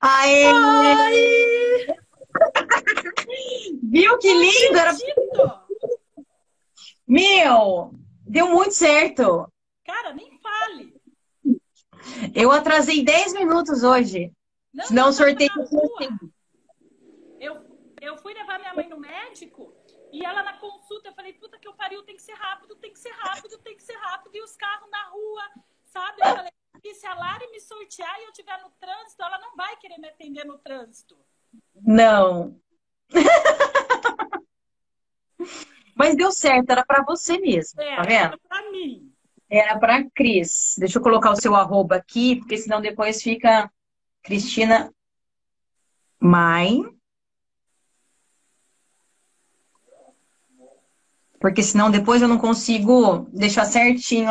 Aê! Oi! Viu que Não lindo? acredito! Meu, deu muito certo. Cara, nem fale. Eu atrasei 10 minutos hoje. Não, e Senão eu o tava sorteio na ia ser rua. assim. Eu fui levar minha mãe no médico e ela na consulta, eu falei, puta que eu pariu, tem que ser rápido, tem que ser rápido, tem que ser rápido. E os carros na rua, sabe? Eu falei, e se a Lari me sortear e eu estiver no trânsito, ela não vai querer me atender no trânsito. Não. Mas deu certo, era pra você mesmo, tá vendo? Era pra mim. Era pra Cris. Deixa eu colocar o seu arroba aqui, porque senão depois fica Cristina Mai. Porque senão depois eu não consigo deixar certinho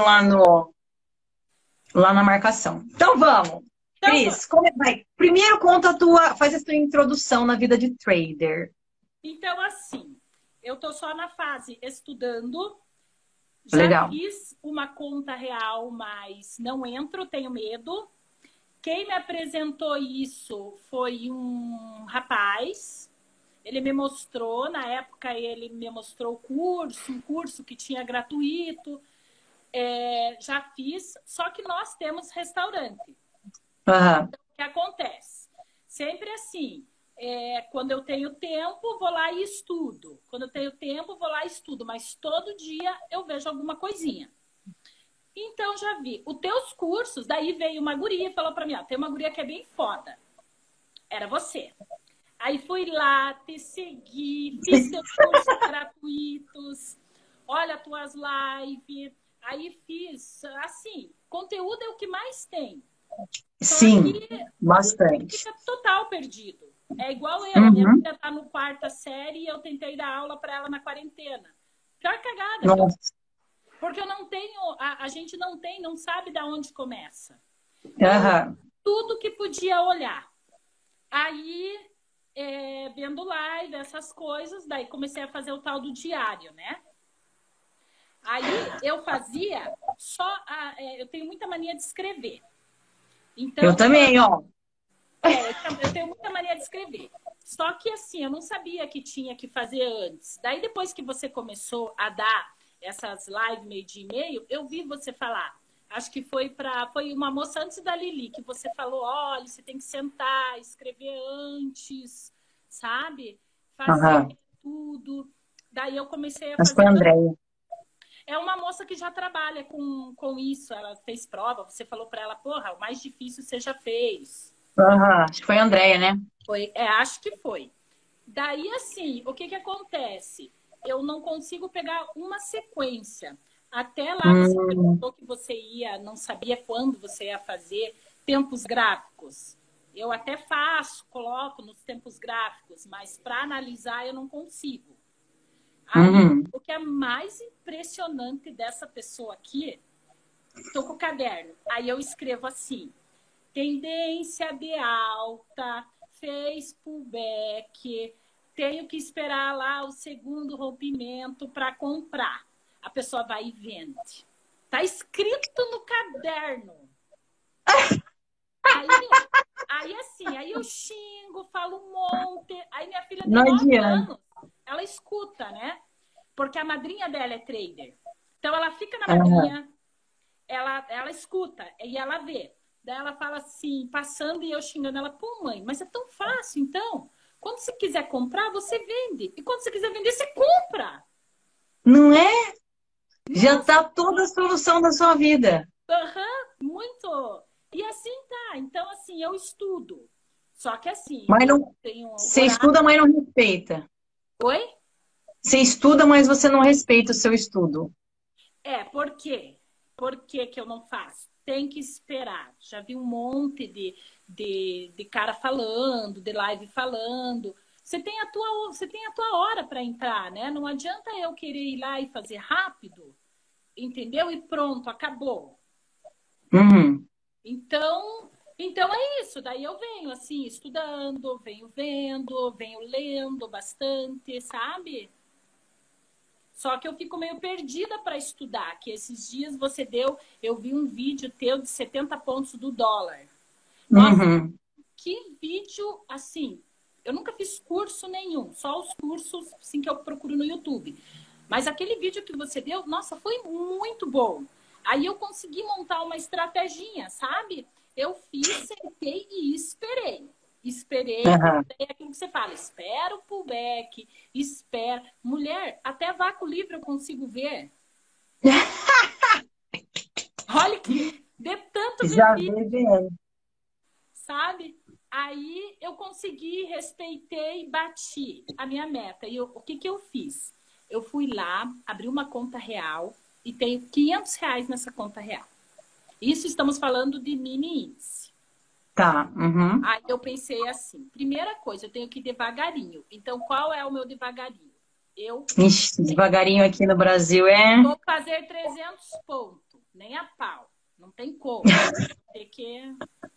lá na marcação. Então vamos. Então, Cris, como é que vai? Primeiro conta a tua, faz a tua introdução na vida de trader. então assim, eu tô só na fase estudando. Já Legal. fiz uma conta real, mas não entro, tenho medo. Quem me apresentou isso foi um rapaz. Ele me mostrou, na época ele me mostrou o curso, um curso que tinha gratuito. Já fiz, só que nós temos restaurante. Aham. O que acontece? Sempre assim, quando eu tenho tempo, vou lá e estudo. Quando eu tenho tempo, vou lá e estudo. Mas todo dia eu vejo alguma coisinha. Então, já vi. Os teus cursos, daí veio uma guria e falou pra mim, ó, tem uma guria que é bem foda. Era você. Aí fui lá, te segui, fiz teus cursos gratuitos, olha as tuas lives. Aí fiz, assim, conteúdo é o que mais tem. Só Sim, que bastante. fica total perdido. É igual eu, a minha Uhum. filha tá no quarta série e eu tentei dar aula para ela na quarentena. Pior cagada que eu fiz. Nossa. Porque eu não tenho, a gente não tem, não sabe de onde começa. Então, Aham. tudo que podia olhar. Aí, vendo live, essas coisas, daí comecei a fazer o tal do diário, né? Aí eu fazia só, eu tenho muita mania de escrever. Eu Então, também, ó. eu tenho muita mania de escrever. Só que assim, eu não sabia que tinha que fazer antes. Daí depois que você começou a dar essas lives meio de e-mail, eu vi você falar. Acho que foi uma moça antes da Lili que você falou, olha, você tem que sentar, escrever antes, sabe? Fazer Aham. tudo. Daí eu comecei a Mas foi fazer. a Andréia. É uma moça que já trabalha com isso. Ela fez prova. Você falou para ela, porra, o mais difícil você já fez. Aham. Acho que foi a Andréia, né? Foi, acho que foi. Daí, assim, o que que acontece? Eu não consigo pegar uma sequência. Até lá você Hum. perguntou que você ia, não sabia quando você ia fazer tempos gráficos. Eu até faço, coloco nos tempos gráficos, mas para analisar eu não consigo. Aí, Uhum. o que é mais impressionante dessa pessoa aqui, estou com o caderno. Aí eu escrevo assim: tendência de alta, fez pullback, tenho que esperar lá o segundo rompimento para comprar. A pessoa vai e vende. Tá escrito no caderno. Aí, aí eu xingo, falo um monte. Aí minha filha de Não 9 adianta. anos, ela escuta, né? Porque a madrinha dela é trader. Então ela fica na Aham. madrinha, ela escuta e ela vê. Daí ela fala assim, passando e eu xingando ela, pô, mãe, mas é tão fácil, então. Quando você quiser comprar, você vende. E quando você quiser vender, você compra. Não é? Já Nossa, tá toda a solução da sua vida. muito. E assim tá. Então, assim, eu estudo. Só que assim, Mas eu não. tenho Você horário. estuda, mas não respeita. Oi? Você estuda, mas você não respeita o seu estudo. Por quê? Por que que eu não faço? Tem que esperar. Já vi um monte de cara falando, de live falando. Você tem a tua hora para entrar, né? Não adianta eu querer ir lá e fazer rápido, entendeu? E pronto, acabou. Uhum. Então é isso. Daí eu venho assim, estudando, venho vendo, venho lendo bastante, sabe? Só que eu fico meio perdida para estudar, que esses dias eu vi um vídeo teu de 70 pontos do dólar. Nossa, Uhum. que vídeo, assim, eu nunca fiz curso nenhum, só os cursos assim, que eu procuro no YouTube. Mas aquele vídeo que você deu, nossa, foi muito bom. Aí eu consegui montar uma estratégia, sabe? Eu fiz, sentei e esperei. Esperei, Aham. é aquilo que você fala, espera o pullback, espera. Mulher, até vácuo livre eu consigo ver. Olha que de tanto Já ver, vi bem. sabe? Aí eu consegui, respeitei, bati a minha meta. E o que eu fiz? Eu fui lá, abri uma conta real e tenho R$ 500 nessa conta real. Isso estamos falando de mini índice. Tá. Uhum. Aí eu pensei assim, primeira coisa, eu tenho que ir devagarinho. Então, qual é o meu devagarinho? Eu Ixi, devagarinho aqui no Brasil é. vou fazer 300 pontos, nem a pau. Não tem como. Tem que...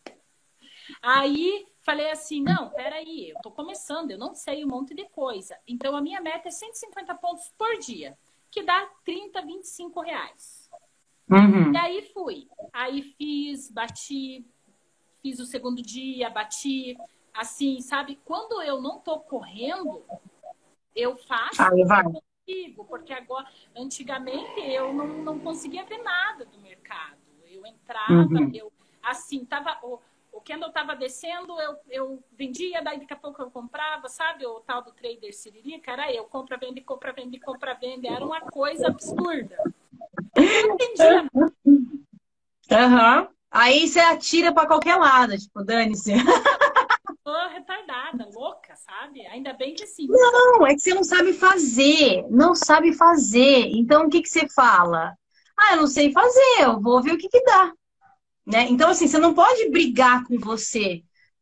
Aí falei assim, não, peraí, eu tô começando, eu não sei um monte de coisa. Então a minha meta é 150 pontos por dia, que dá 30, R$ 25. E Uhum. aí fui. Aí fiz, bati, fiz o segundo dia, bati. Assim, sabe? Quando eu não tô correndo, eu faço Aí o que vai. eu consigo, porque agora, antigamente, eu não conseguia ver nada do mercado. Eu entrava, Uhum. eu, assim, tava, o candle estava descendo, eu vendia, daí daqui a pouco eu comprava, sabe? O tal do trader Siririca, era eu, compra, vende, compra, vende, compra, vende. Era uma coisa absurda. Eu não entendia. Aham. Aí você atira pra qualquer lado, tipo, dane-se. Tô retardada, louca, sabe? Ainda bem que assim, nunca. Não, é que você não sabe fazer. Não sabe fazer. Então, o que que você fala? Ah, eu não sei fazer, eu vou ver o que que dá. Né? Então, assim, você não pode brigar com você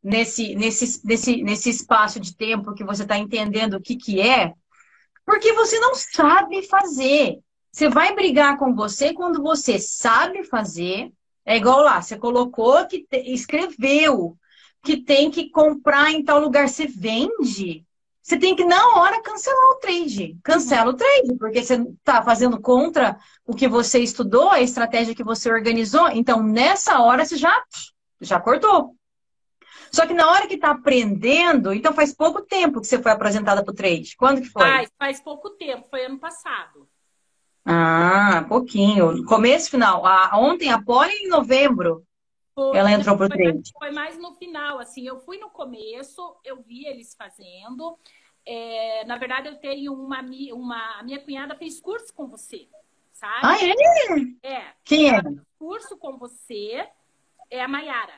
nesse espaço de tempo que você está entendendo o que que é, porque você não sabe fazer. Você vai brigar com você quando você sabe fazer. É igual lá, você colocou escreveu que tem que comprar em tal lugar, você vende. Você tem que, na hora, cancelar o trade. Uhum. Cancela o trade, porque você está fazendo contra o que você estudou, a estratégia que você organizou. Então, nessa hora, você já cortou. Só que na hora que está aprendendo, então faz pouco tempo que você foi apresentada para o trade. Quando que foi? Faz pouco tempo, foi ano passado. Ah, pouquinho. Começo, final. Ontem a Polly, em novembro, ela Não, entrou pro trade. foi mais no final, assim, eu fui no começo, eu vi eles fazendo. Na verdade, eu tenho a minha cunhada fez curso com você, Ah, sabe? é? Quem é? Ela fez curso com você, é a Maiara.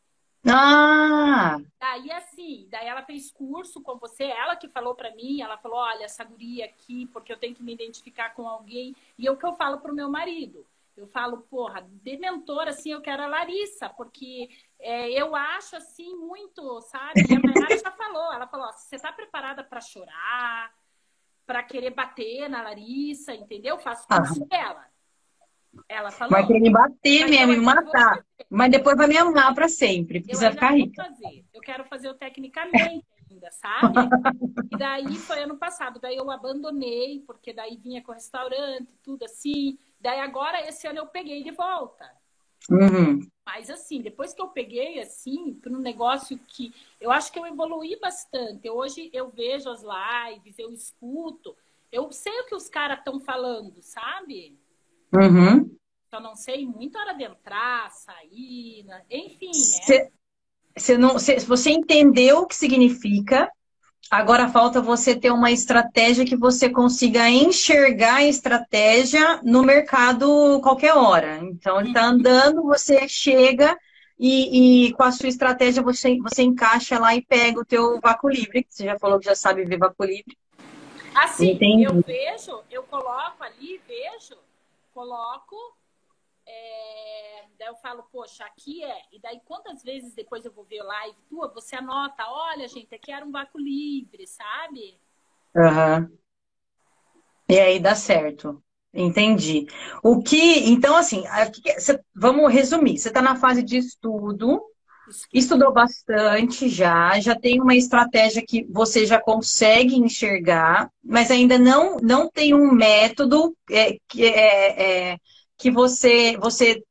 Ah, Daí, assim, daí ela fez curso com você, ela que falou pra mim, ela falou, olha, essa guria aqui, porque eu tenho que me identificar com alguém. E é o que eu falo pro meu marido. Eu falo, porra, de mentora, assim, eu quero a Larissa, porque eu acho, assim, muito, sabe? E a Mayara já falou, ela falou, ó, você tá preparada pra chorar, pra querer bater na Larissa, entendeu? Faço ah, curso dela. Ela vai falou, querer me bater mas eu mesmo, me ainda vou matar. Mas depois vai me amar para sempre, porque Eu você vai ainda ficar vou rica. fazer. Eu quero fazer o tecnicamente ainda, sabe? E daí foi ano passado. Daí eu abandonei, porque daí vinha com o restaurante, tudo assim. Daí agora, esse ano eu peguei de volta. Uhum. Mas assim, depois que eu peguei, assim, para um negócio que... Eu acho que eu evoluí bastante. Hoje eu vejo as lives, eu escuto. Eu sei o que os caras estão falando, sabe? Uhum. Só não sei muito hora de entrar, sair, enfim, né? Você entendeu o que significa. Agora falta você ter uma estratégia que você consiga enxergar a estratégia no mercado qualquer hora. Então, ele está andando, você chega e com a sua estratégia você encaixa lá e pega o teu vácuo livre, que você já falou que já sabe ver vácuo livre. Assim, eu Entendi. vejo, eu coloco ali, vejo, coloco, daí eu falo, poxa, aqui é. E daí quantas vezes depois eu vou ver live tua, você anota, olha, gente, aqui era um vácuo livre, sabe? Aham. E aí dá certo. Entendi. Então, assim, vamos resumir. Você está na fase de estudo. Estudo. Estudou bastante já tem uma estratégia que você já consegue enxergar, mas ainda não tem um método que você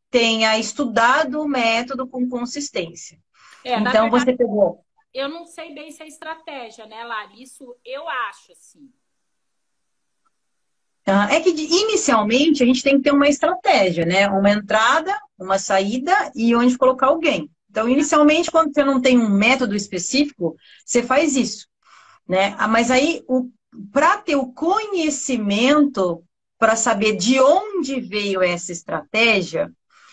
tenha estudado o método com consistência. Na Então, verdade, você pegou... eu não sei bem se é estratégia, né, Lari? Isso eu acho, assim. É que inicialmente a gente tem que ter uma estratégia, né? Uma entrada, uma saída e onde colocar alguém. Então, inicialmente, quando você não tem um método específico, você faz isso, né? Mas aí, para ter o conhecimento, para saber de onde veio essa estratégia,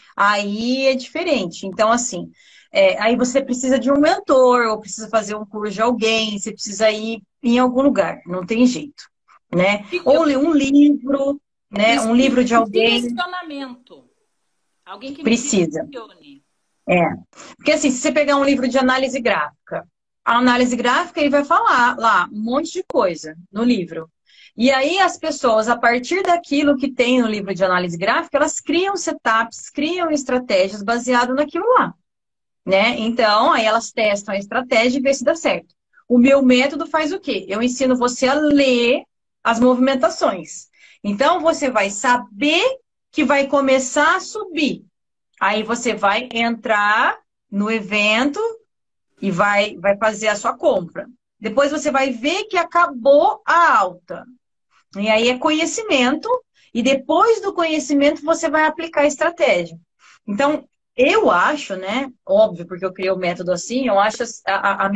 aí é diferente. Então, assim, aí você precisa de um mentor, ou precisa fazer um curso de alguém, você precisa ir em algum lugar, não tem jeito, né? Ou ler um livro, né? Um livro de Um alguém direcionamento. Alguém que me precisa. direcione. Porque assim, se você pegar um livro de análise gráfica, a análise gráfica ele vai falar lá um monte de coisa no livro. E aí as pessoas, a partir daquilo que tem no livro de análise gráfica, elas criam setups, criam estratégias baseadas naquilo lá, né? Então, aí elas testam a estratégia e vê se dá certo. O meu método faz o quê? Eu ensino você a ler as movimentações. Então, você vai saber que vai começar a subir. Aí você vai entrar no evento e vai fazer a sua compra. Depois você vai ver que acabou a alta. E aí é conhecimento, e depois do conhecimento você vai aplicar a estratégia. Então, eu acho, né? Óbvio, porque eu criei o método assim, eu acho a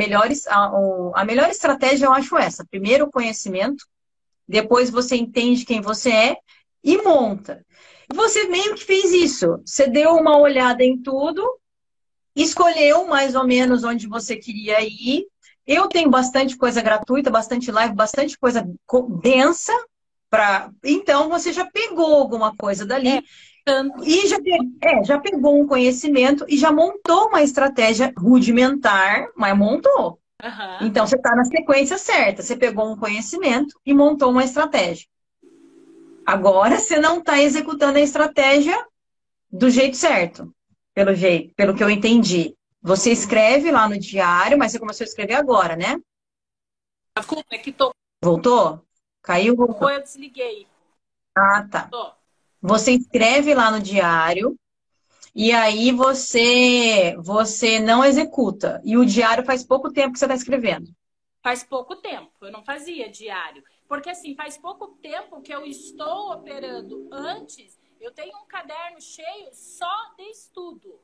melhor estratégia, eu acho essa. Primeiro o conhecimento, depois você entende quem você é e monta. Você meio que fez isso. Você deu uma olhada em tudo, escolheu mais ou menos onde você queria ir. Eu tenho bastante coisa gratuita, bastante live, bastante coisa densa. Então, você já pegou alguma coisa dali e já pegou um conhecimento e já montou uma estratégia rudimentar, mas montou. Então, você está na sequência certa. Você pegou um conhecimento e montou uma estratégia. Agora, você não está executando a estratégia do jeito certo, pelo que eu entendi. Você escreve lá no diário, mas você começou a escrever agora, né? Desculpa, é que tô... Voltou? Caiu? Voltou? Eu desliguei. Ah, tá. Você escreve lá no diário e aí você não executa. E o diário faz pouco tempo que você está escrevendo. Faz pouco tempo. Eu não fazia diário. Porque, assim, faz pouco tempo que eu estou operando. Antes, eu tenho um caderno cheio só de estudo.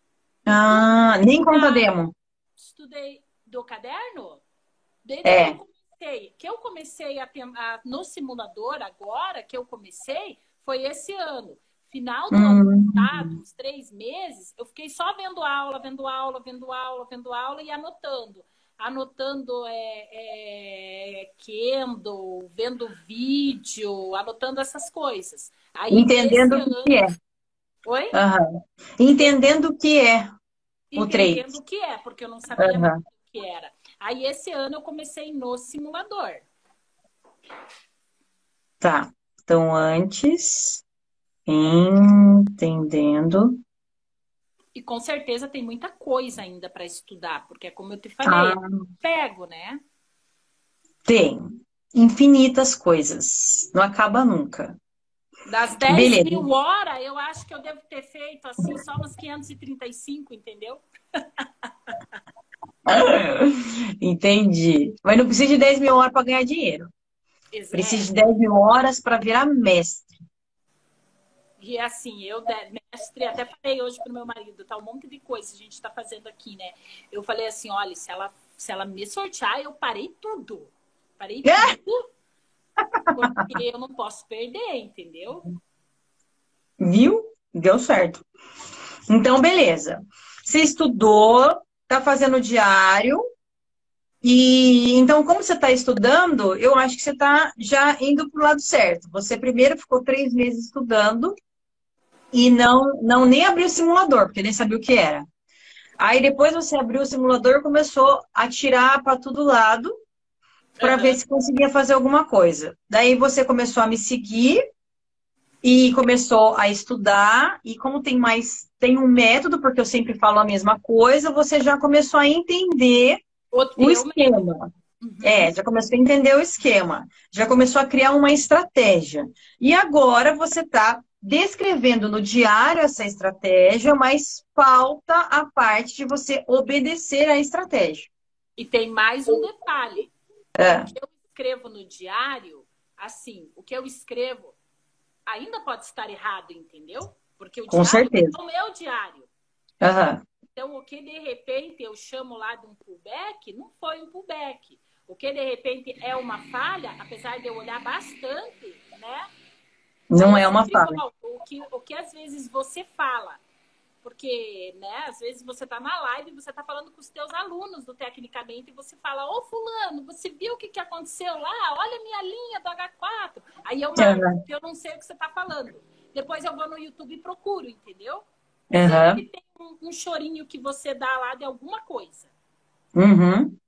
Ah, nem conta demo. Estudei do caderno? Desde que eu comecei no simulador agora, que eu comecei, foi esse ano. Final do ano passado, uns 3 meses, eu fiquei só vendo aula, vendo aula, vendo aula, vendo aula e anotando. Anotando Kindle, vendo vídeo, anotando essas coisas. Aí, entendendo o que é. Oi? Entendendo o que é o trade. Entendendo o que é, porque eu não sabia mais o que era. Aí, esse ano, eu comecei no simulador. Tá. Então, antes, entendendo. E com certeza tem muita coisa ainda para estudar, porque é como eu te falei, pego, né? Tem infinitas coisas. Não acaba nunca. Das 10.000 horas, eu acho que eu devo ter feito assim só nos 535, entendeu? Entendi. Mas não precisa de 10.000 horas para ganhar dinheiro. Precisa de 10.000 horas para virar mestre. E assim, mestre, até falei hoje pro meu marido, tá um monte de coisa que a gente tá fazendo aqui, né? Eu falei assim, olha, se ela me sortear, eu parei tudo. Parei tudo. Porque eu não posso perder, entendeu? Viu? Deu certo. Então, beleza. Você estudou, tá fazendo diário. E então, como você está estudando, eu acho que você está já indo para o lado certo. Você primeiro ficou 3 meses estudando e não nem abriu o simulador, porque nem sabia o que era. Aí depois você abriu o simulador e começou a tirar para todo lado para ver se conseguia fazer alguma coisa. Daí você começou a me seguir e começou a estudar. E como tem um método, porque eu sempre falo a mesma coisa, você já começou a entender o esquema. Já começou a entender o esquema. Já começou a criar uma estratégia. E agora você está descrevendo no diário essa estratégia, mas falta a parte de você obedecer à estratégia. E tem mais um detalhe. É. O que eu escrevo no diário, assim, o que eu escrevo ainda pode estar errado, entendeu? Porque o Com diário certeza. é o meu diário. Aham. Então, o que de repente eu chamo lá de um pullback, não foi um pullback. O que de repente é uma falha, apesar de eu olhar bastante, né? Aí Não eu é uma sempre falha. volto. O que às vezes você fala, porque, né, às vezes você está na live e você está falando com os teus alunos do Tecnicamente e você fala, ô fulano, você viu o que aconteceu lá? Olha a minha linha do H4. Aí eu marco, Aham. porque eu não sei o que você está falando. Depois eu vou no YouTube e procuro, entendeu? Aham. Sempre tem um chorinho que você dá lá de alguma coisa. Uhum.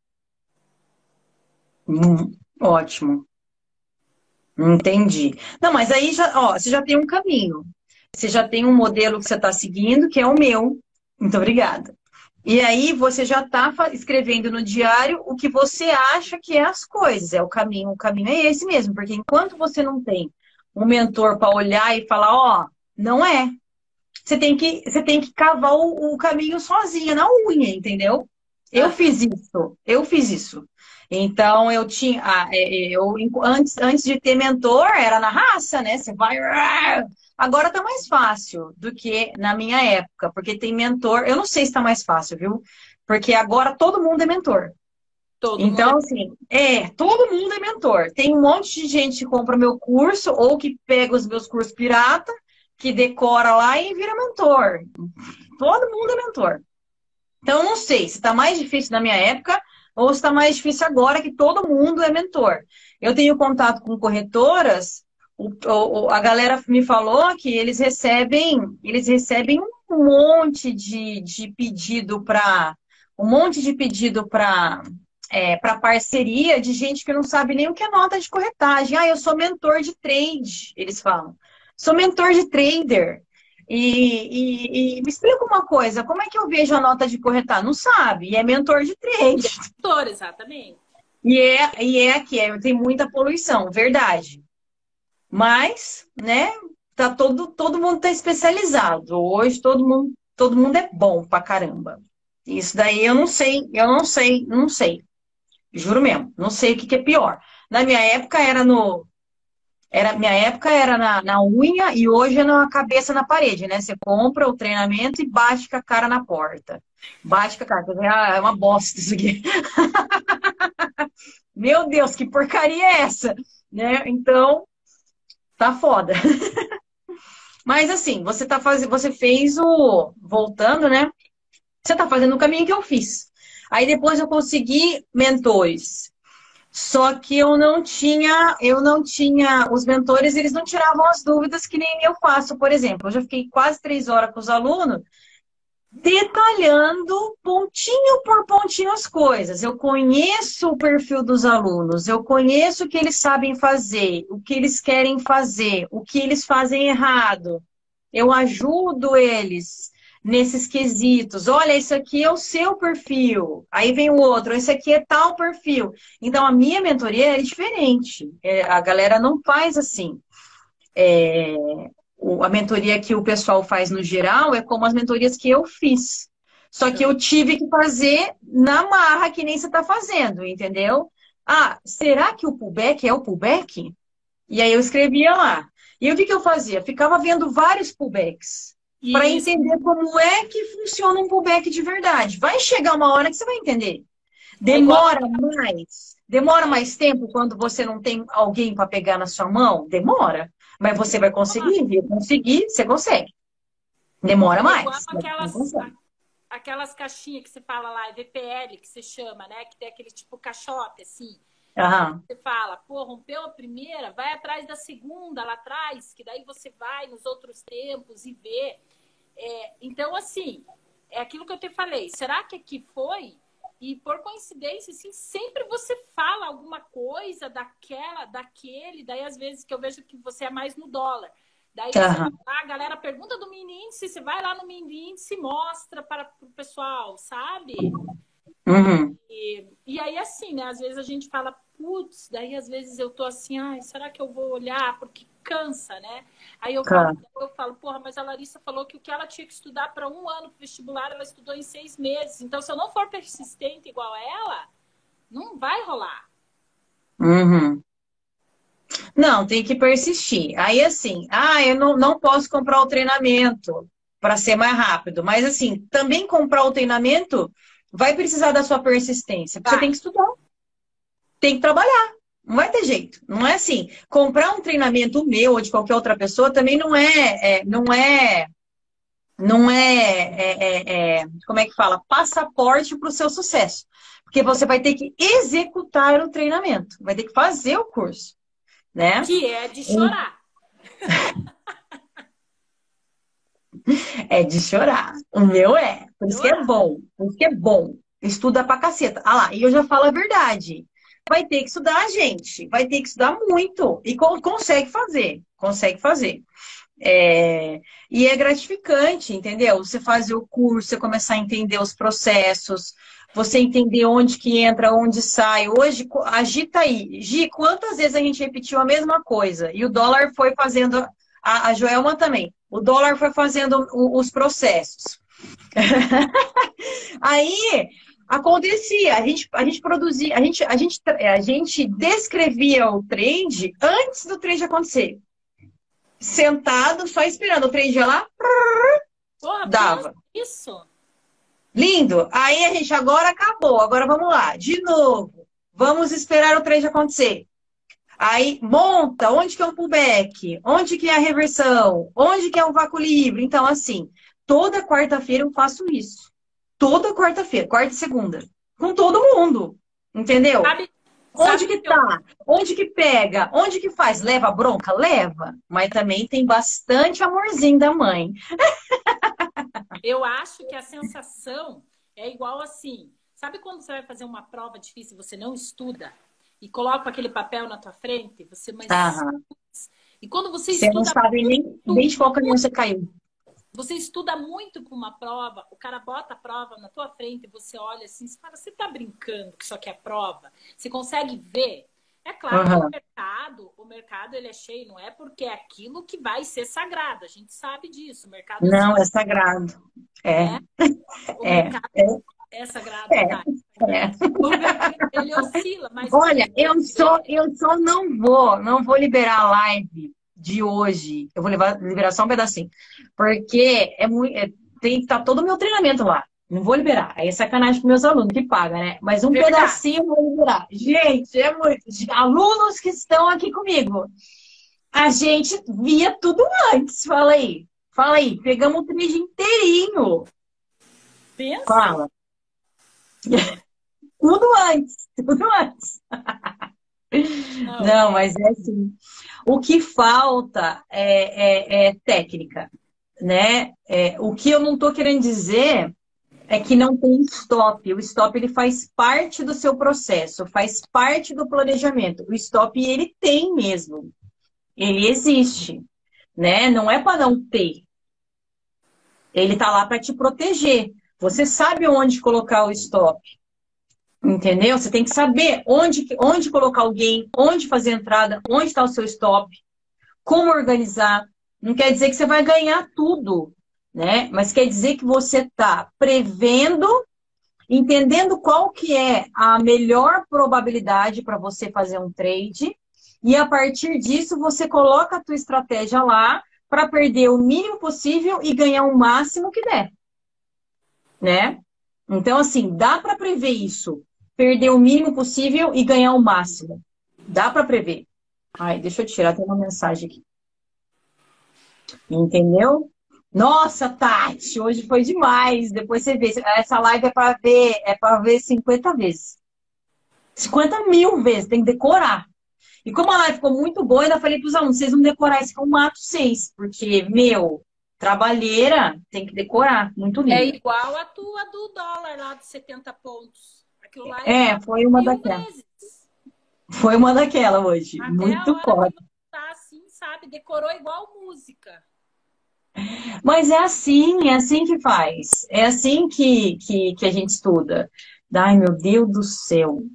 Ótimo. Entendi. Não, mas aí já, ó, você já tem um caminho. Você já tem um modelo que você está seguindo, que é o meu. Muito obrigada. E aí você já está escrevendo no diário o que você acha que é as coisas. É o caminho é esse mesmo, porque enquanto você não tem um mentor para olhar e falar, ó, não é. Você tem que cavar o caminho sozinha, na unha, entendeu? Eu Aham. fiz isso, eu fiz isso. Então eu tinha, antes de ter mentor, era na raça, né? Você vai. Agora tá mais fácil do que na minha época, porque tem mentor. Eu não sei se tá mais fácil, viu? Porque agora todo mundo é mentor. Todo mundo é... Então, assim, todo mundo é mentor. Tem um monte de gente que compra meu curso ou que pega os meus cursos pirata, que decora lá e vira mentor. Todo mundo é mentor. Então, eu não sei se está mais difícil na minha época ou se está mais difícil agora que todo mundo é mentor. Eu tenho contato com corretoras, a galera me falou que eles recebem um monte de pedido para para parceria de gente que não sabe nem o que é nota de corretagem. Ah, eu sou mentor de trade, eles falam. Sou mentor de trader. E me explica uma coisa, como é que eu vejo a nota de corretagem? Não sabe, e é mentor de E é trade. mentor, exatamente. Tem muita poluição, verdade. Mas, né, todo mundo tá especializado. Hoje todo mundo é bom pra caramba. Isso daí eu não sei. Juro mesmo, não sei o que é pior. Na minha época minha época era na unha e hoje é na cabeça na parede, né? Você compra o treinamento e bate com a cara na porta. Bate com a cara. Ah, é uma bosta isso aqui. Meu Deus, que porcaria é essa? Né? Então, tá foda. Mas assim, você fez voltando, né? Você tá fazendo o caminho que eu fiz. Aí depois eu consegui mentores. Só que eu não tinha, os mentores, eles não tiravam as dúvidas que nem eu faço, por exemplo. Eu já fiquei quase 3 horas com os alunos, detalhando pontinho por pontinho as coisas. Eu conheço o perfil dos alunos, eu conheço o que eles sabem fazer, o que eles querem fazer, o que eles fazem errado. Eu ajudo eles nesses quesitos. Olha, isso aqui é o seu perfil. Aí vem o outro, esse aqui é tal perfil. Então, a minha mentoria é diferente. A galera não faz assim. A mentoria que o pessoal faz no geral é como as mentorias que eu fiz. Só que eu tive que fazer na marra, que nem você está fazendo, entendeu? Ah, será que o pullback é o pullback? E aí eu escrevia lá. E o que eu fazia? Ficava vendo vários pullbacks para Isso. entender como é que funciona um pullback de verdade. Vai chegar uma hora que você vai entender. É igual a... Demora mais tempo quando você não tem alguém para pegar na sua mão? Demora. Mas você vai conseguir, viu? Conseguir, você consegue. Demora É igual mais, mas você aquelas, consegue. aquelas caixinhas que você fala lá, VPL, que se chama, né? Que tem aquele tipo caixote, assim. Aham. Você fala, pô, rompeu a primeira, vai atrás da segunda lá atrás, que daí você vai nos outros tempos e vê. Então, assim, é aquilo que eu te falei. Será que aqui foi? E por coincidência, assim, sempre você fala alguma coisa daquele, daí às vezes que eu vejo que você é mais no dólar. Daí você vai Aham. lá, a galera pergunta do mini índice, você vai lá no mini índice e mostra para o pessoal, sabe? Uhum. E aí, assim, né? Às vezes a gente fala, putz, daí às vezes eu tô assim, ai, será que eu vou olhar? Porque cansa, né? Aí eu falo, porra, mas a Larissa falou que o que ela tinha que estudar para 1 ano pro vestibular, ela estudou em 6 meses. Então, se eu não for persistente igual a ela, não vai rolar. Uhum. Não, tem que persistir. Aí, assim, eu não posso comprar o treinamento para ser mais rápido. Mas, assim, também comprar o treinamento vai precisar da sua persistência. Porque você tem que estudar, tem que trabalhar. Não vai ter jeito. Não é assim. Comprar um treinamento meu ou de qualquer outra pessoa também não é, como é que fala? Passaporte para o seu sucesso. Porque você vai ter que executar o treinamento. Vai ter que fazer o curso. Né? Que é de chorar. É de chorar. O meu é. Por isso que é bom. Por isso que é bom. Estuda pra caceta. Ah lá, e eu já falo a verdade. Vai ter que estudar, gente. Vai ter que estudar muito. E consegue fazer. Consegue fazer. E é gratificante, entendeu? Você fazer o curso, você começar a entender os processos, você entender onde que entra, onde sai. Hoje, agita aí. Gi, quantas vezes a gente repetiu a mesma coisa? E o dólar foi fazendo, a Joelma também, o dólar foi fazendo os processos. Aí, acontecia, a gente produzia, a gente descrevia o trade antes do trade acontecer. Sentado, só esperando o trade ir lá, Porra, dava. Isso. Lindo. Aí a gente, agora acabou, agora vamos lá, de novo. Vamos esperar o trade acontecer. Aí monta, onde que é um pullback? Onde que é a reversão? Onde que é o vácuo livre? Então, assim, toda quarta-feira eu faço isso. Toda quarta-feira, quarta e segunda. Com todo mundo. Entendeu? Onde que tá? Onde que pega? Onde que faz? Leva bronca? Leva. Mas também tem bastante amorzinho da mãe. Eu acho que a sensação é igual assim. Sabe quando você vai fazer uma prova difícil e você não estuda? E coloca aquele papel na tua frente? E quando você estuda... Você não sabe nem de qual caminho você caiu. Você estuda muito para uma prova, o cara bota a prova na tua frente e você olha assim, você fala, você tá brincando que isso aqui é prova? Você consegue ver? É claro que o mercado ele é cheio, não é porque é aquilo que vai ser sagrado, a gente sabe disso. O mercado não, é sagrado. O mercado é sagrado. O mercado, ele oscila, mas... Olha, eu só não vou liberar a live de hoje. Eu vou liberar só um pedacinho. Porque tem que estar todo o meu treinamento lá. Não vou liberar. Aí é sacanagem com meus alunos que pagam, né? Mas um pedacinho eu vou liberar. Gente, é muito. Alunos que estão aqui comigo. A gente via tudo antes. Fala aí. Pegamos o trade inteirinho. Pensa. Fala. Tudo antes. Não, mas é assim. O que falta é técnica, né? O que eu não estou querendo dizer é que não tem stop. O stop ele faz parte do seu processo, faz parte do planejamento. O stop ele tem mesmo, ele existe, né? Não é para não ter. Ele tá lá para te proteger. Você sabe onde colocar o stop. Entendeu? Você tem que saber onde colocar alguém, onde fazer a entrada, onde está o seu stop, como organizar. Não quer dizer que você vai ganhar tudo, né? Mas quer dizer que você está prevendo, entendendo qual que é a melhor probabilidade para você fazer um trade e a partir disso você coloca a tua estratégia lá para perder o mínimo possível e ganhar o máximo que der, né? Então, assim, dá para prever isso. Perder o mínimo possível e ganhar o máximo. Dá para prever. Ai, deixa eu tirar, tem uma mensagem aqui. Entendeu? Nossa, Tati, hoje foi demais. Depois você vê. Essa live é para ver 50 vezes. 50 mil vezes, tem que decorar. E como a live ficou muito boa, eu ainda falei para os alunos, vocês vão decorar isso que eu mato vocês. Porque, trabalheira tem que decorar. Muito lindo. É igual a tua do dólar lá de 70 pontos. Aquilo lá foi uma daquela. Foi uma daquela hoje. Até muito forte. Tá assim, sabe? Decorou igual música. Mas é assim que faz. É assim que a gente estuda. Ai, meu Deus do céu.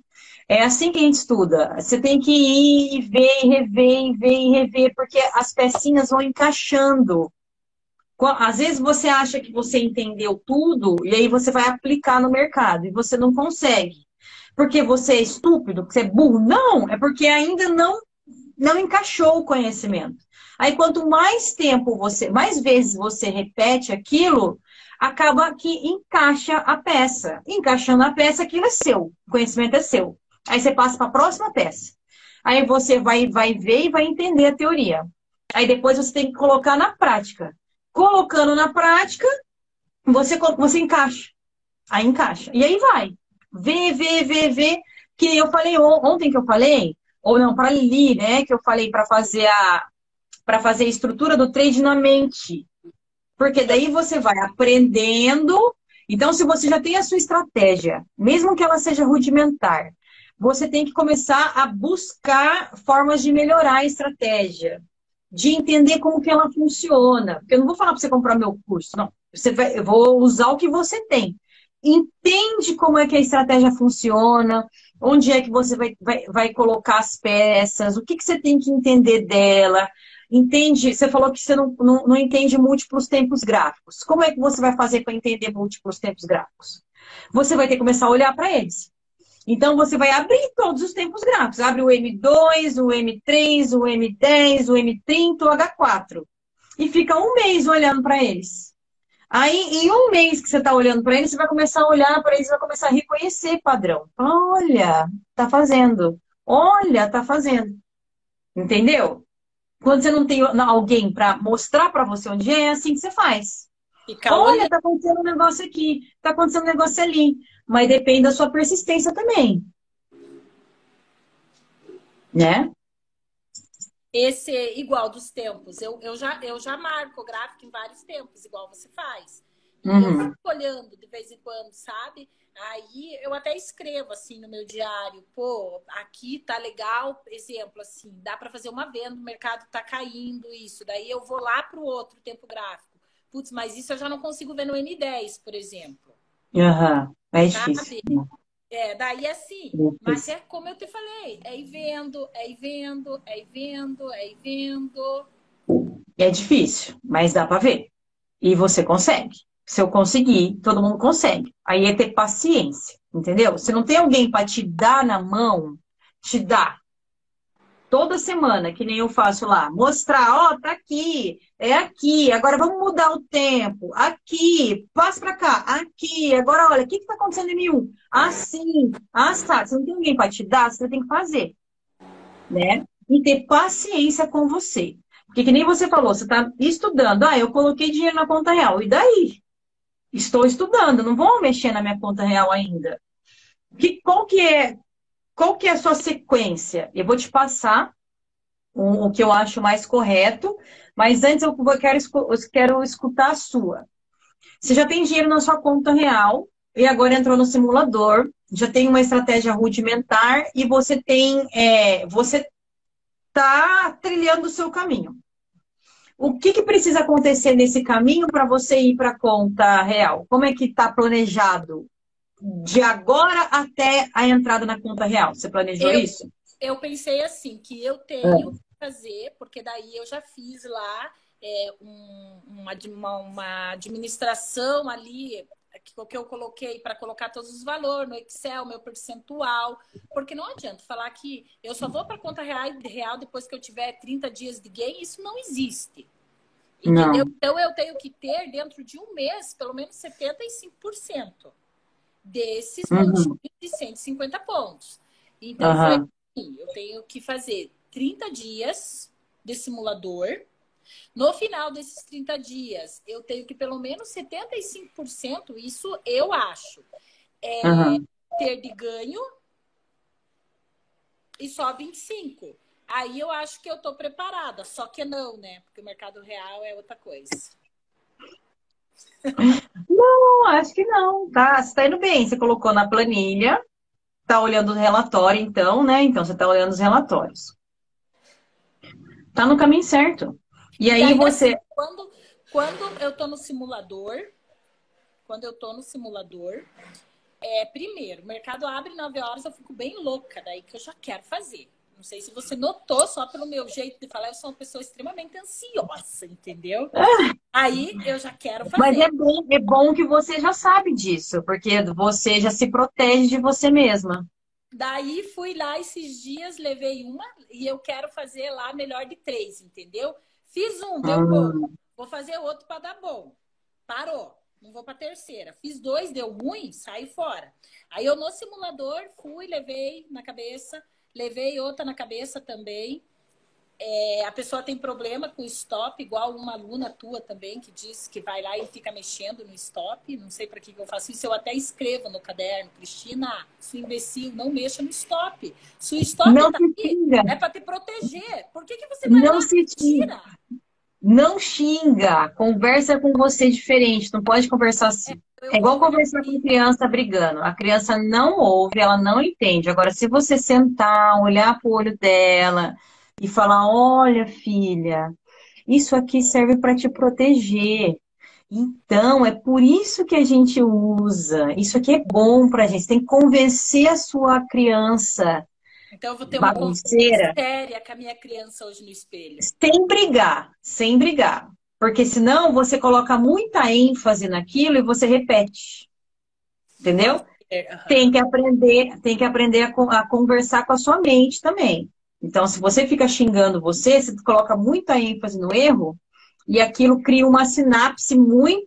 É assim que a gente estuda. Você tem que ir e ver, e rever, e ver, e rever, porque as pecinhas vão encaixando. Às vezes você acha que você entendeu tudo e aí você vai aplicar no mercado e você não consegue. Porque você é estúpido, porque você é burro. Não, é porque ainda não encaixou o conhecimento. Aí quanto mais tempo você, mais vezes você repete aquilo, acaba que encaixa a peça. Encaixando a peça, aquilo é seu, o conhecimento é seu. Aí você passa para a próxima peça. Aí você vai ver e vai entender a teoria. Aí depois você tem que colocar na prática. Colocando na prática, você encaixa. Aí encaixa. E aí vai. Vê. Que eu falei ontem que eu falei, ou não, para Lili, né? Que eu falei para fazer a estrutura do trade na mente. Porque daí você vai aprendendo. Então, se você já tem a sua estratégia, mesmo que ela seja rudimentar, você tem que começar a buscar formas de melhorar a estratégia, de entender como que ela funciona. Porque eu não vou falar para você comprar meu curso, não. Eu vou usar o que você tem. Entende como é que a estratégia funciona, onde é que você vai colocar as peças, o que você tem que entender dela. Entende? Você falou que você não entende múltiplos tempos gráficos. Como é que você vai fazer para entender múltiplos tempos gráficos? Você vai ter que começar a olhar para eles. Então, você vai abrir todos os tempos gráficos. Abre o M2, o M3, o M10, o M30, o H4. E fica um mês olhando para eles. Aí, em um mês que você está olhando para eles, você vai começar a olhar para eles, vai começar a reconhecer padrão. Olha, tá fazendo. Olha, tá fazendo. Entendeu? Quando você não tem alguém para mostrar para você onde é assim que você faz. Ficar Olha, olhando. tá acontecendo um negócio aqui, tá acontecendo um negócio ali. Mas depende da sua persistência também, né? Esse é igual dos tempos. Eu já marco o gráfico em vários tempos, igual você faz. E eu Uhum. fico olhando de vez em quando, sabe? Aí eu até escrevo assim no meu diário, pô, aqui tá legal, exemplo assim, dá para fazer uma venda, o mercado tá caindo, isso. Daí eu vou lá pro outro tempo gráfico. Putz, mas isso eu já não consigo ver no N10, por exemplo. Uhum. É difícil. Sabe? Daí assim, É mas difícil. é como eu te falei, é ir vendo, é ir vendo, é ir vendo, é ir vendo. É difícil, mas dá para ver. E você consegue. Se eu conseguir, todo mundo consegue. Aí é ter paciência, entendeu? Se não tem alguém para te dar na mão, te dá. Toda semana, que nem eu faço lá, mostrar, ó, tá aqui, é aqui, agora vamos mudar o tempo, aqui, passa pra cá, aqui, agora olha, o que que tá acontecendo em M1? Assim, assado, você não tem ninguém para te dar, você tem que fazer, né? E ter paciência com você. Porque que nem você falou, você tá estudando, eu coloquei dinheiro na conta real, e daí? Estou estudando, não vou mexer na minha conta real ainda. Qual qual que é a sua sequência? Eu vou te passar o que eu acho mais correto, mas antes eu quero escutar a sua. Você já tem dinheiro na sua conta real e agora entrou no simulador, já tem uma estratégia rudimentar e você está trilhando o seu caminho. O que precisa acontecer nesse caminho para você ir para a conta real? Como é que está planejado de agora até a entrada na conta real? Você planejou Eu, isso? eu pensei assim, que eu tenho que fazer, porque daí eu já fiz lá uma administração ali, que eu coloquei para colocar todos os valores no Excel, meu percentual, porque não adianta falar que eu só vou para a conta real depois que eu tiver 30 dias de gain, isso não existe. Entendeu? Não. Então eu tenho que ter dentro de um mês pelo menos 75% desses pontinhos Uhum. de 150 pontos. Então foi Aham. assim, eu tenho que fazer 30 dias de simulador. No final desses 30 dias, eu tenho que pelo menos 75%, isso eu acho, Aham. ter de ganho e só 25%. Aí eu acho que eu tô preparada, só que não, né? Porque o mercado real é outra coisa. Não, acho que não, tá? Você tá indo bem. Você colocou na planilha, tá olhando o relatório, então, né? Então, você tá olhando os relatórios. Tá no caminho certo. E E aí daí, assim, você. quando eu tô no simulador, Primeiro, o mercado abre 9 horas, eu fico bem louca, daí que eu já quero fazer. Não sei se você notou, só pelo meu jeito de falar, eu sou uma pessoa extremamente ansiosa, entendeu? Aí eu já quero Mas fazer. é bom que você já sabe disso, porque você já se protege de você mesma. Daí fui lá esses dias, levei uma e eu quero fazer lá melhor de 3, entendeu? Fiz um, deu bom. Hum. Vou fazer outro para dar bom. Parou. Não vou para terceira. Fiz 2, deu ruim, saí fora. Aí eu no simulador fui, levei na cabeça, levei outra na cabeça também. A pessoa tem problema com o stop, igual uma aluna tua também, que diz que vai lá e fica mexendo no stop. Não sei para que eu faço isso. Eu até escrevo no caderno, Cristina, sua imbecil, não mexa no stop. Se o stop Não tá se aqui, xinga, é para te proteger. Por que você vai não lá se e xinga, tira? não xinga, conversa com você diferente, não pode conversar assim. Eu É igual conversar com conversei. criança brigando. A criança não ouve, ela não entende. Agora, se você sentar, olhar pro olho dela e falar: olha, filha, isso aqui serve para te proteger. Então, é por isso que a gente usa. Isso aqui é bom para a gente. Você tem que convencer a sua criança Então eu vou ter uma conversa bagunceira séria com a minha criança hoje no espelho. sem brigar, sem brigar. Porque senão você coloca muita ênfase naquilo e você repete. Pode Entendeu? ser. Aham. Tem que aprender a conversar com a sua mente também. Então, se você fica xingando você coloca muita ênfase no erro, e aquilo cria uma sinapse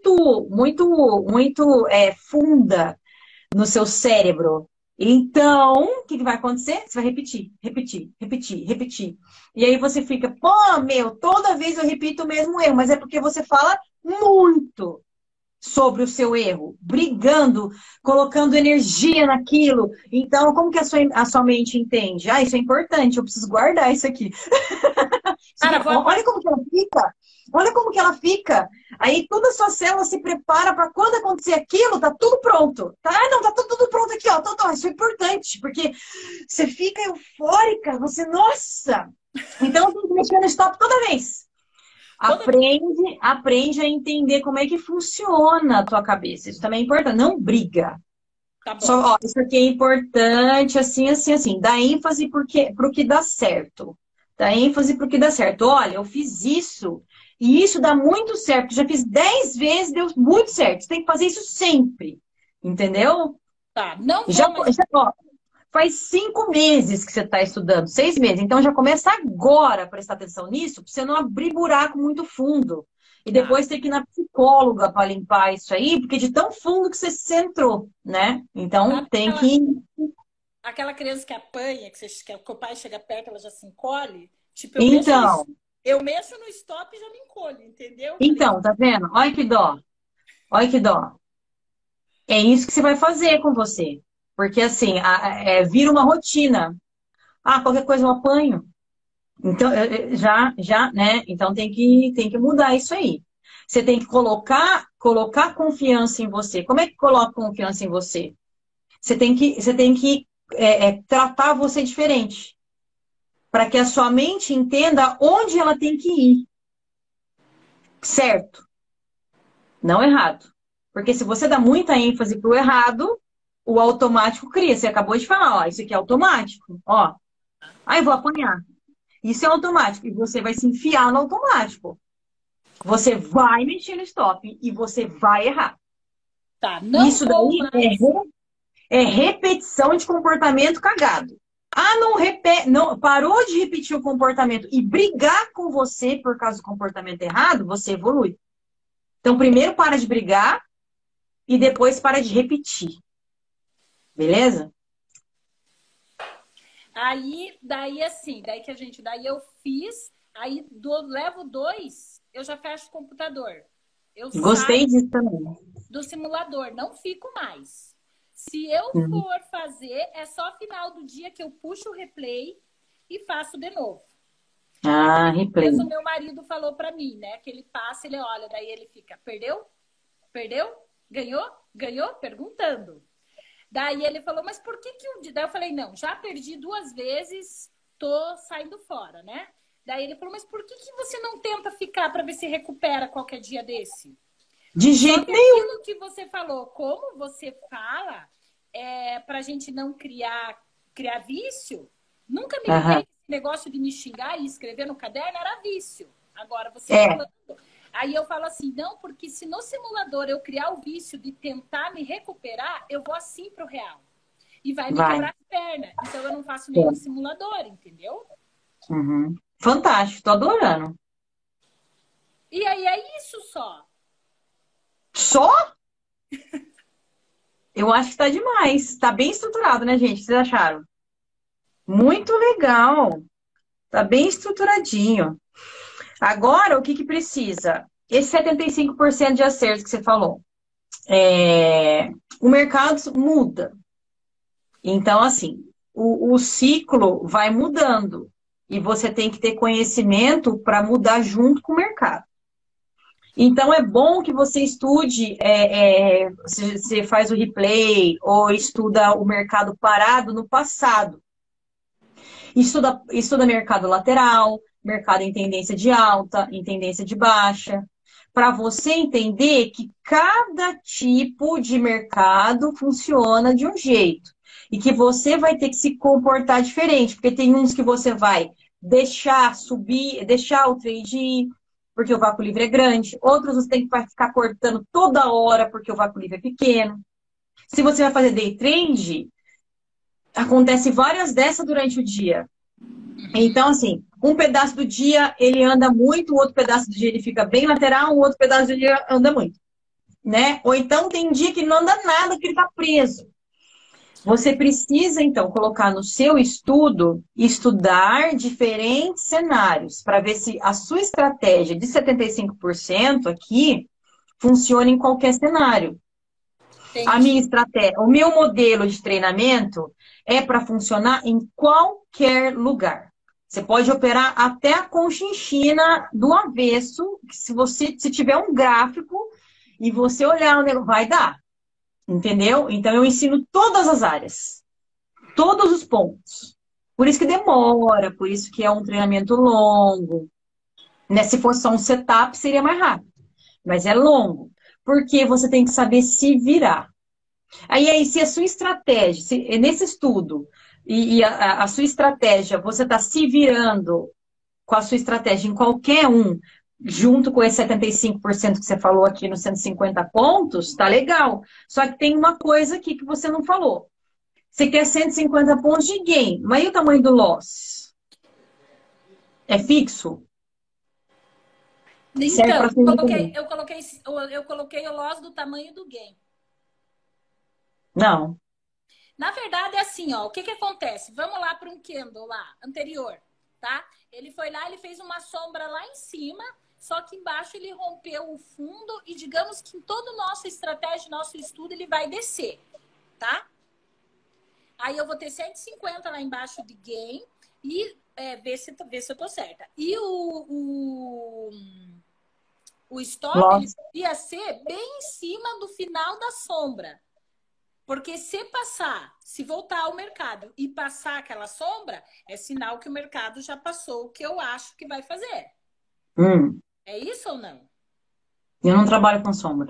muito funda no seu cérebro. Então, o que vai acontecer? Você vai repetir, repetir, repetir, repetir. E aí você fica, pô, meu, toda vez eu repito o mesmo erro, mas é porque você fala muito sobre o seu erro, brigando, colocando energia naquilo. Então, como que a sua mente entende? Ah, isso é importante, eu preciso guardar isso aqui. Você Cara, fica, vou olha apagar. como que ela fica. Olha como que ela fica. Aí toda a sua célula se prepara para quando acontecer aquilo, tá tudo pronto. Tá? Ah, não, tá tudo pronto aqui, ó. Isso é importante, porque você fica eufórica, você, nossa! Então tem que mexer no stop toda vez. Toda... Aprende a entender como é que funciona a tua cabeça. Isso também é importante. Não briga. Tá Só, bom. ó, isso aqui é importante, assim, assim, assim. Dá ênfase pro que dá certo. Dá ênfase pro que dá certo. Olha, eu fiz isso e isso dá muito certo. Já fiz 10 vezes, deu muito certo. Você tem que fazer isso sempre. Entendeu? Tá, não Já, vou mais. ó, faz 5 meses que você está estudando, 6 meses. Então já começa agora a prestar atenção nisso, para você não abrir buraco muito fundo. E Tá. depois ter que ir na psicóloga para limpar isso aí, porque de tão fundo que você entrou, né? Então Sabe tem que. aquela criança que apanha, que o pai chega perto, ela já se encolhe? Tipo, Então, eu mexo no stop e já me encolho, entendeu? Falei, tá vendo? Olha que dó. Olha que dó. É isso que você vai fazer com você. Porque assim, vira uma rotina. Ah, qualquer coisa eu apanho. Então, já, né? Então tem que mudar isso aí. Você tem que colocar confiança em você. Como é que coloca confiança em você? Você tem que tratar você diferente. Para que a sua mente entenda onde ela tem que ir. Certo, não errado. Porque se você dá muita ênfase pro errado, o automático cria. Você acabou de falar, ó, isso aqui é automático. Ó, aí eu vou apanhar. Isso é automático. E você vai se enfiar no automático. Você vai mexer no stop e você vai errar. tá, não Isso vou daí mais. é repetição de comportamento cagado. Ah, não, parou de repetir o comportamento e brigar com você por causa do comportamento errado, você evolui. Então, primeiro para de brigar e depois para de repetir. Beleza? Aí, daí assim, daí eu fiz, levo 2, eu já fecho o computador. Eu Gostei saio disso também. do simulador, não fico mais. Se eu Uhum. for fazer, é só final do dia que eu puxo o replay e faço de novo. Ah, replay. Mas o meu marido falou para mim, né? Que ele passa, ele olha, daí ele fica, perdeu? Perdeu? Ganhou? Ganhou? Perguntando. Daí ele falou, mas por que que Daí eu falei, não, já perdi 2 vezes, tô saindo fora, né? Daí ele falou, mas por que que você não tenta ficar para ver se recupera qualquer dia desse? De Só jeito que nenhum. aquilo que você falou, como você fala, para a gente não criar vício, nunca me liguei Aham. que esse negócio de me xingar e escrever no caderno era vício. Agora, você É, falando. Aí eu falo assim, não, porque se no simulador eu criar o vício de tentar me recuperar, eu vou assim pro real. E vai me vai. quebrar a perna. Então eu não faço nenhum simulador, entendeu? Uhum. Fantástico, tô adorando. E aí é isso só. Só? Eu acho que tá demais. Tá bem estruturado, né, gente? Vocês acharam? Muito legal. Tá bem estruturadinho. Agora, o que que precisa? Esse 75% de acerto que você falou. O mercado muda. Então, assim, o ciclo vai mudando. E você tem que ter conhecimento para mudar junto com o mercado. Então, é bom que você estude, você faz o replay ou estuda o mercado parado no passado. Estuda mercado lateral, mercado em tendência de alta, em tendência de baixa, para você entender que cada tipo de mercado funciona de um jeito e que você vai ter que se comportar diferente, porque tem uns que você vai deixar subir, deixar o trade ir, porque o vácuo livre é grande, outros você tem que ficar cortando toda hora porque o vácuo livre é pequeno. Se você vai fazer day trade, acontece várias dessas durante o dia. Então, assim, um pedaço do dia ele anda muito, o outro pedaço do dia ele fica bem lateral, o outro pedaço do dia anda muito, né? Ou então tem dia que não anda nada, que ele tá preso. Você precisa, então, colocar no seu estudo, estudar diferentes cenários, para ver se a sua estratégia de 75% aqui funciona em qualquer cenário. A minha Entendi. estratégia, o meu modelo de treinamento é para funcionar em qualquer lugar. Você pode operar até a conchinchina do avesso, se tiver um gráfico e você olhar, vai dar. Entendeu? Então eu ensino todas as áreas, todos os pontos. Por isso que demora, por isso que é um treinamento longo. Né? Se fosse só um setup, seria mais rápido. Mas é longo. Porque você tem que saber se virar. Aí, se a sua estratégia, nesse estudo, a sua estratégia, você está se virando com a sua estratégia em qualquer um, junto com esse 75% que você falou aqui nos 150 pontos, tá legal. Só que tem uma coisa aqui que você não falou. Você quer 150 pontos de gain, mas e o tamanho do loss? É fixo? Serve Então, para eu tudo coloquei, também? eu coloquei, eu coloquei o loss do tamanho do gain. Não. Na verdade, é assim, ó. O que que acontece? Vamos lá para um candle lá, anterior, tá? Ele foi lá, ele fez uma sombra lá em cima, só que embaixo ele rompeu o fundo e digamos que em toda nossa estratégia, nosso estudo, ele vai descer, tá? Aí eu vou ter 150 lá embaixo de gain e ver se eu tô certa. E o stop, ele Loss. podia ser bem em cima do final da sombra. Porque se voltar ao mercado e passar aquela sombra, é sinal que o mercado já passou o que eu acho que vai fazer. Hum, É isso ou não? eu não trabalho com sombra.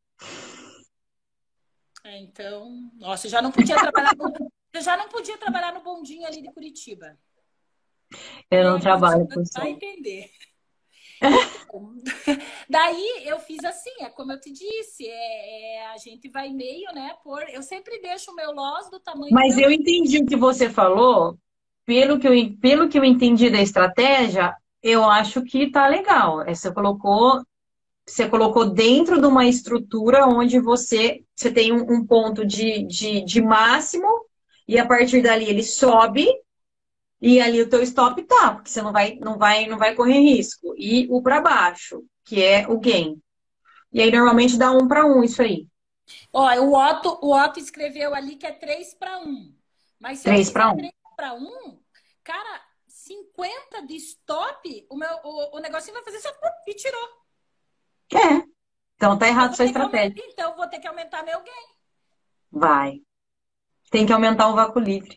Então, nossa, eu já não podia trabalhar no bondinho ali de Curitiba. Eu Quem não é trabalho Curitiba com vai sombra. entender. Então, daí eu fiz assim, é como eu te disse, a gente vai meio, né? Eu sempre deixo o meu loss do tamanho do Mas meu. eu entendi o que você falou, pelo que eu entendi da estratégia, eu acho que tá legal. Você colocou dentro de uma estrutura onde você tem um ponto de máximo, e a partir dali ele sobe, e ali o teu stop tá, porque você não vai correr risco. E o para baixo, que é o gain. E aí normalmente dá 1 para 1 isso aí. Ó, o Otto escreveu ali que é 3 para 1. Mas se eu 3 para 1. fizer 3 para 1, cara, 50 de stop, o negocinho vai fazer só e tirou. É. Então tá Eu errado vou sua ter que estratégia. então eu vou ter que aumentar meu gain. Vai. Tem que aumentar o vácuo livre.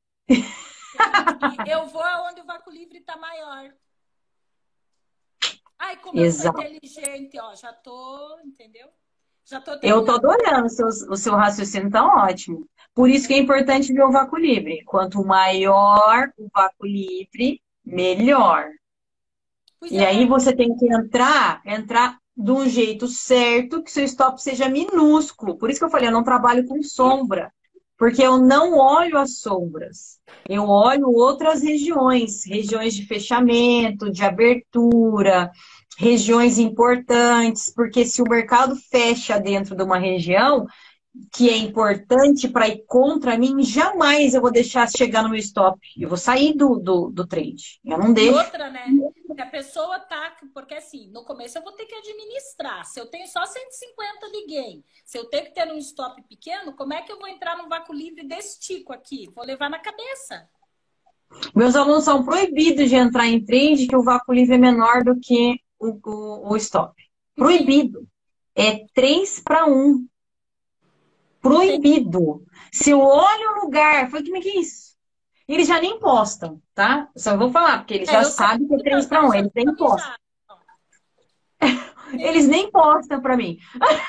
Eu vou aonde o vácuo livre está maior. Ai, como eu sou Exato. inteligente, ó, já tô, entendeu? Já tô Eu tô terminando. adorando o seu raciocínio, tá ótimo. Por isso que é importante ver o vácuo livre. Quanto maior o vácuo livre, melhor. Pois E aí é, você tem que entrar de um jeito certo, que seu stop seja minúsculo. Por isso que eu falei, eu não trabalho com sombra, porque eu não olho as sombras. Eu olho outras regiões, regiões de fechamento, de abertura, regiões importantes, porque se o mercado fecha dentro de uma região, que é importante para ir contra mim, jamais eu vou deixar chegar no meu stop. Eu vou sair do trade. Eu não e deixo. outra, né? Se a pessoa tá. Porque assim, no começo eu vou ter que administrar. Se eu tenho só 150 de gain, se eu tenho que ter um stop pequeno, como é que eu vou entrar num vácuo livre desse tico aqui? Vou levar na cabeça. Meus alunos são proibidos de entrar em trade que o vácuo livre é menor do que o stop. Proibido. É 3 para 1. Tem... Proibido. Se eu olho o lugar, foi que é isso? Eles já nem postam, tá? Só vou falar, porque eles já eu sei sabem que é que 3 meus para dados 1. já Eles nem estão postam. mijados. Eles nem postam para mim.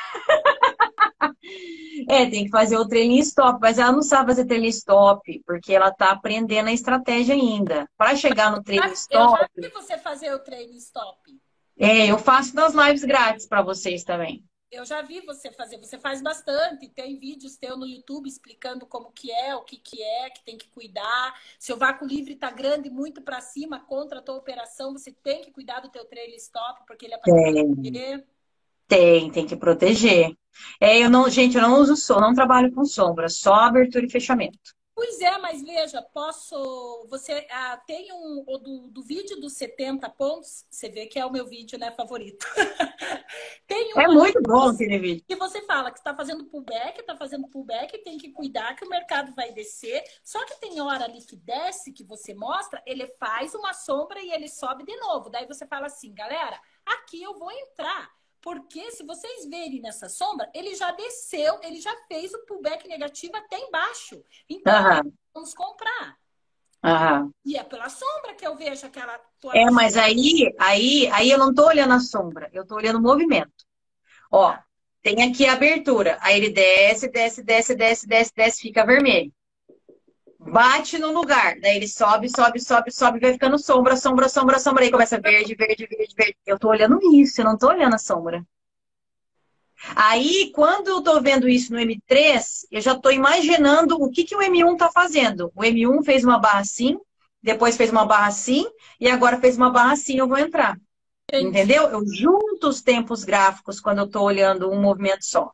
É, tem que fazer o trailing stop, mas ela não sabe fazer trailing stop, porque ela tá aprendendo a estratégia ainda. Para chegar no trailing Eu já stop, vi você fazer o treino stop. eu faço das lives grátis para vocês também. Eu já vi você fazer, você faz bastante. Tem vídeos teu no YouTube explicando como que é, o que que é, que tem que cuidar. Se o vácuo livre tá grande muito para cima contra a tua operação, você tem que cuidar do teu trailing stop, porque ele é para te Tem, proteger. tem que proteger. Eu não, gente, eu não uso não trabalho com sombra, só abertura e fechamento. Pois é, mas veja, posso. Você tem o do vídeo dos 70 pontos, você vê que é o meu vídeo, né, favorito. Tem É um ali muito bom aquele vídeo. que você fala que está fazendo pullback, tem que cuidar que o mercado vai descer. Só que tem hora ali que desce, que você mostra, ele faz uma sombra e ele sobe de novo. Daí você fala assim, galera, aqui eu vou entrar. Porque se vocês verem nessa sombra, ele já desceu, ele já fez o pullback negativo até embaixo. Então, Aham, vamos comprar. aham. E é pela sombra que eu vejo aquela tua lógica. Mas aí eu não tô olhando a sombra, eu tô olhando o movimento. Ó, Tá. tem aqui a abertura, aí ele desce, desce, desce, desce, desce, desce, fica vermelho. Bate no lugar, daí ele sobe, sobe, sobe, sobe, vai ficando sombra, sombra, sombra, sombra, aí começa verde, verde, verde, verde. Eu tô olhando isso, eu não tô olhando a sombra. Aí, quando eu tô vendo isso no M3, eu já tô imaginando o que o M1 tá fazendo. O M1 fez uma barra assim, depois fez uma barra assim, e agora fez uma barra assim, eu vou entrar. Entendi, Entendeu? Eu junto os tempos gráficos quando eu tô olhando um movimento só.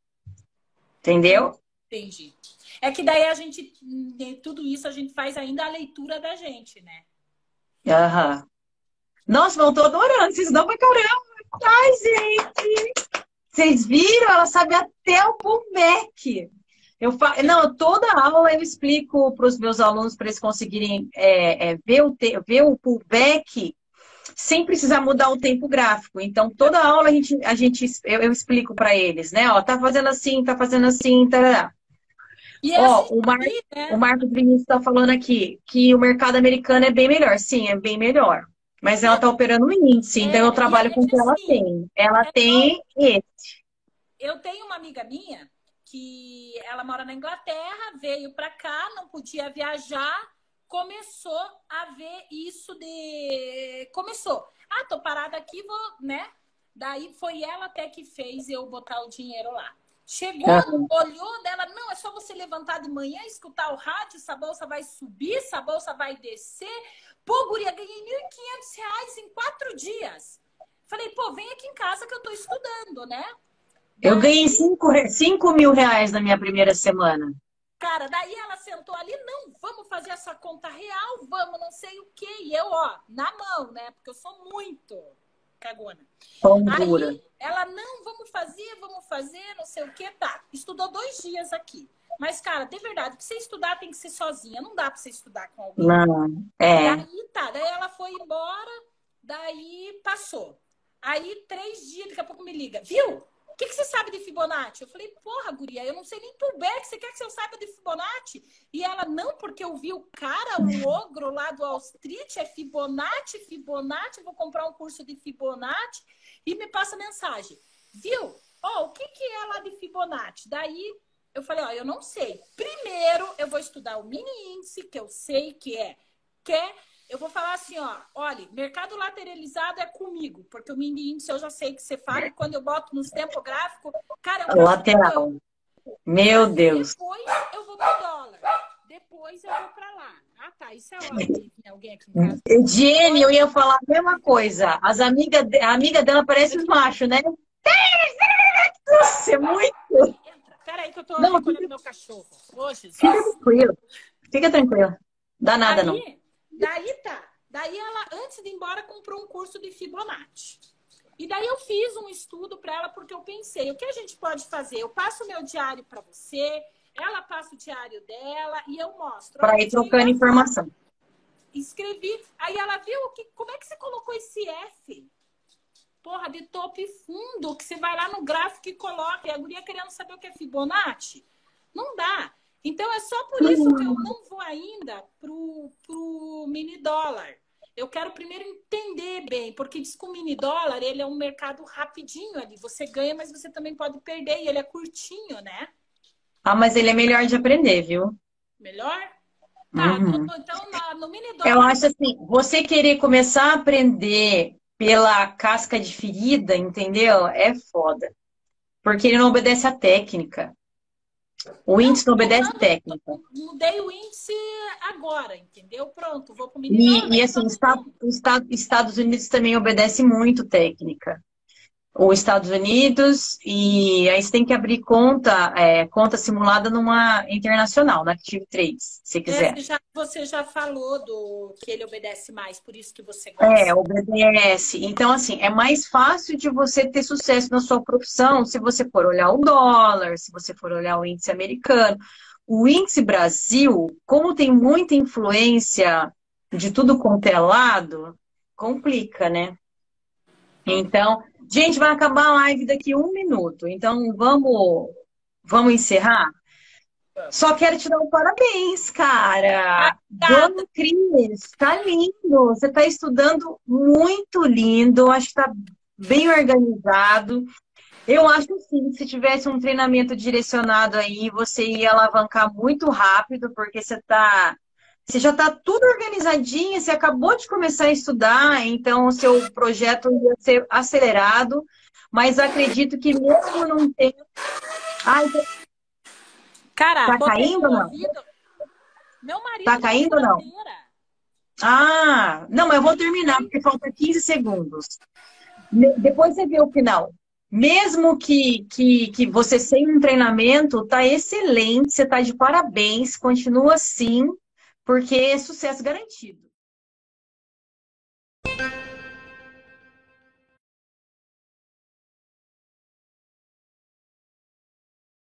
Entendeu? entendi. É que daí a gente, tudo isso a gente faz ainda a leitura da gente, né? Aham. Nossa, mas eu tô adorando, vocês dão pra caramba. Ai, gente! Vocês viram? Ela sabe até o pullback. Não, toda aula eu explico para os meus alunos para eles conseguirem ver o pullback sem precisar mudar o tempo gráfico. Então, toda aula eu explico para eles, né? Ó, tá fazendo assim, tarará. E é Ó, assim, o né? Marcos Vinícius está falando aqui que o mercado americano é bem melhor. Sim, é bem melhor. Mas ela está operando no índice, então eu E a trabalho com o gente que ela assim, tem. Ela é igual, tem esse. eu tenho uma amiga minha que ela mora na Inglaterra, veio para cá, não podia viajar, começou a ver isso de. Começou. Ah, tô parada aqui, vou, né? Daí foi ela até que fez eu botar o dinheiro lá. Chegou, olhou dela, não, é só você levantar de manhã, escutar o rádio, essa bolsa vai subir, essa bolsa vai descer. Pô, guria, ganhei R$ 1.500 em 4 dias. Falei, pô, vem aqui em casa que eu tô estudando, né? Eu ganhei Daí, 5.000 reais na minha primeira semana. cara, daí ela sentou ali, não, vamos fazer essa conta real, vamos, não sei o quê. E eu, ó, na mão, né? Porque eu sou muito cagona. Pão dura. Aí ela, não, vamos fazer, não sei o quê. Tá, estudou 2 dias aqui. Mas, cara, de verdade, pra você estudar tem que ser sozinha, não dá pra você estudar com alguém. Não, é. Daí tá, daí ela foi embora, daí passou. Aí 3 dias, daqui a pouco me liga, viu? O que você sabe de Fibonacci? Eu falei, porra, guria, eu não sei nem pullback, você quer que eu saiba de Fibonacci? E ela, não, porque eu vi o cara, o ogro lá do Wall Street, é Fibonacci, vou comprar um curso de Fibonacci, e me passa mensagem, viu? Ó, o que é lá de Fibonacci? Daí eu falei, ó, eu não sei. Primeiro eu vou estudar o mini índice, que eu sei eu vou falar assim, ó, olha, mercado lateralizado é comigo, porque o mini índice eu já sei que você fala, e quando eu boto nos tempográficos, cara, é um Lateral. Meu Deus. Depois eu vou pro dólar. Depois eu vou pra lá. Ah, tá. Isso é hora de vir alguém aqui em casa. Jenny, eu ia falar a mesma coisa. A amiga dela parece os machos, né? Nossa, é muito. Entra. Peraí que eu tô recolhendo meu cachorro. Ô, Jesus. Fica tranquilo. Fica tranquila. Dá nada, não. Daí tá. Daí ela, antes de ir embora, comprou um curso de Fibonacci. E daí eu fiz um estudo para ela, porque eu pensei, o que a gente pode fazer? Eu passo o meu diário para você, ela passa o diário dela e eu mostro. Para ir trocando informação. Escrevi. Aí ela viu como é que você colocou esse F? Porra, de topo e fundo, que você vai lá no gráfico e coloca. E a guria querendo saber o que é Fibonacci. Não dá. Então é só por isso que eu não vou ainda pro mini dólar. Eu quero primeiro entender bem, porque diz que o mini dólar, ele é um mercado rapidinho ali. Você ganha, mas você também pode perder. E ele é curtinho, né? Ah, mas ele é melhor de aprender, viu? Melhor? Tá, então no mini dólar... Eu acho assim, você querer começar a aprender pela casca de ferida, entendeu? É foda. Porque ele não obedece a técnica. O índice não obedece técnica. Mudei o índice agora, entendeu? Pronto, vou pro mini dólar. E assim, Estados Unidos também obedece muito técnica. Os Estados Unidos, e aí você tem que abrir conta simulada numa internacional, na Active Trades, se quiser. Você já falou que ele obedece mais, por isso que você gosta. Obedece. Então, assim, é mais fácil de você ter sucesso na sua profissão se você for olhar o dólar, se você for olhar o índice americano. O índice Brasil, como tem muita influência de tudo quanto é lado, complica, né? Então, gente, vai acabar a live daqui 1 minuto. Então, vamos encerrar? Só quero te dar um parabéns, cara. Dona Cris, tá lindo. Você tá estudando muito lindo. Acho que tá bem organizado. Eu acho sim, que se tivesse um treinamento direcionado aí, você ia alavancar muito rápido, porque você já está tudo organizadinho, você acabou de começar a estudar, então o seu projeto ia ser acelerado, mas acredito que mesmo não tenha... Ai, cara, tá caindo ou não? Meu marido tá caindo ou não? Ah, não, mas eu vou terminar, porque falta 15 segundos. Depois você vê o final. Mesmo que você sem um treinamento, tá excelente, você tá de parabéns, continua assim, porque é sucesso garantido.